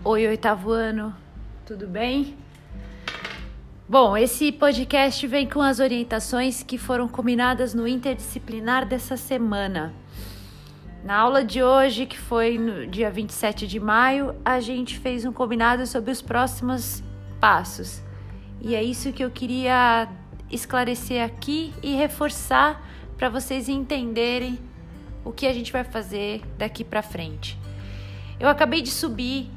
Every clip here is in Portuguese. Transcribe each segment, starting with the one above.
Oi, oitavo ano, tudo bem? Bom, esse podcast vem com as orientações que foram combinadas no interdisciplinar dessa semana. Na aula de hoje, que foi no dia 27 de maio, a gente fez um combinado sobre os próximos passos. E é isso que eu queria esclarecer aqui e reforçar para vocês entenderem o que a gente vai fazer daqui para frente. Eu acabei de subir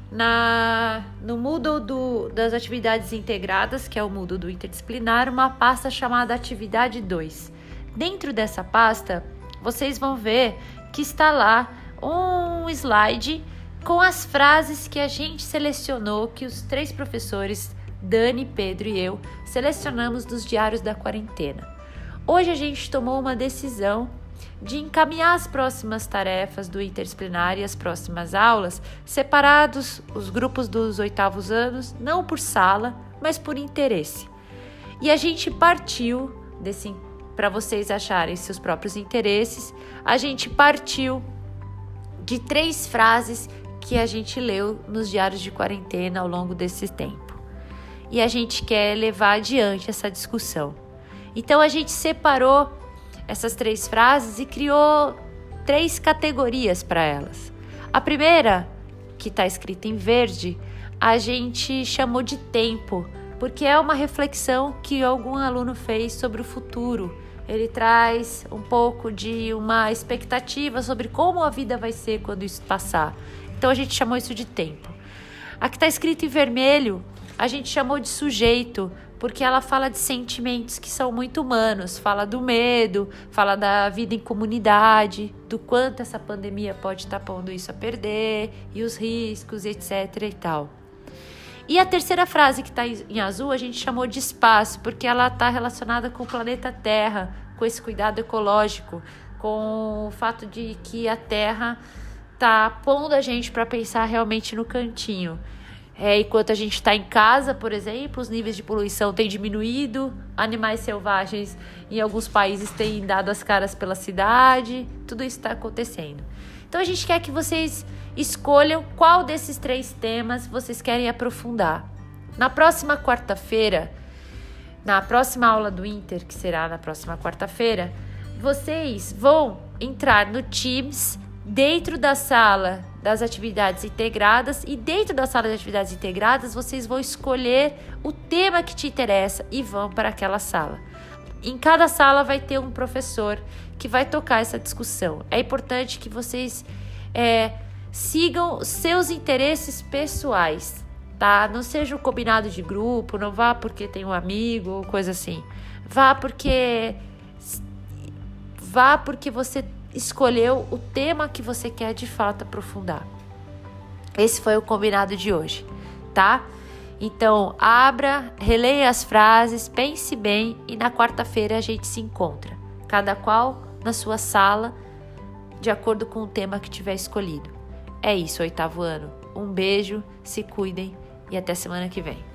no Moodle das atividades integradas, que é o Moodle do interdisciplinar, uma pasta chamada Atividade 2. Dentro dessa pasta, vocês vão ver que está lá um slide com as frases que a gente selecionou, que os 3 professores, Dani, Pedro e eu, selecionamos dos diários da quarentena. Hoje a gente tomou uma decisão de encaminhar as próximas tarefas do interdisciplinar e as próximas aulas separados, os grupos dos oitavos anos, não por sala, mas por interesse. E a gente partiu para vocês acharem seus próprios interesses, a gente partiu de 3 frases que a gente leu nos diários de quarentena ao longo desse tempo. E a gente quer levar adiante essa discussão. Então a gente separou essas 3 frases e criou 3 categorias para elas. A primeira, que está escrita em verde, a gente chamou de tempo, porque é uma reflexão que algum aluno fez sobre o futuro. Ele traz um pouco de uma expectativa sobre como a vida vai ser quando isso passar. Então a gente chamou isso de tempo. A que está escrita em vermelho, a gente chamou de sujeito, porque ela fala de sentimentos que são muito humanos, fala do medo, fala da vida em comunidade, do quanto essa pandemia pode estar pondo isso a perder, e os riscos, etc. e tal. E a terceira frase que está em azul, a gente chamou de espaço, porque ela está relacionada com o planeta Terra, com esse cuidado ecológico, com o fato de que a Terra está pondo a gente para pensar realmente no cantinho. Enquanto a gente está em casa, por exemplo, os níveis de poluição têm diminuído, animais selvagens em alguns países têm dado as caras pela cidade, tudo isso está acontecendo. Então a gente quer que vocês escolham qual desses 3 temas vocês querem aprofundar. Na próxima quarta-feira, na próxima aula do Inter, que será na próxima quarta-feira, vocês vão entrar no Teams dentro da sala das atividades integradas, e dentro da sala de atividades integradas vocês vão escolher o tema que te interessa e vão para aquela sala. Em cada sala vai ter um professor que vai tocar essa discussão. É importante que vocês sigam seus interesses pessoais, tá? Não seja um combinado de grupo, não vá porque tem um amigo ou coisa assim. Vá porque você escolheu o tema que você quer de fato aprofundar. Esse foi o combinado de hoje, tá? Então, releia as frases, pense bem e na quarta-feira a gente se encontra. Cada qual na sua sala, de acordo com o tema que tiver escolhido. É isso, oitavo ano. Um beijo, se cuidem e até semana que vem.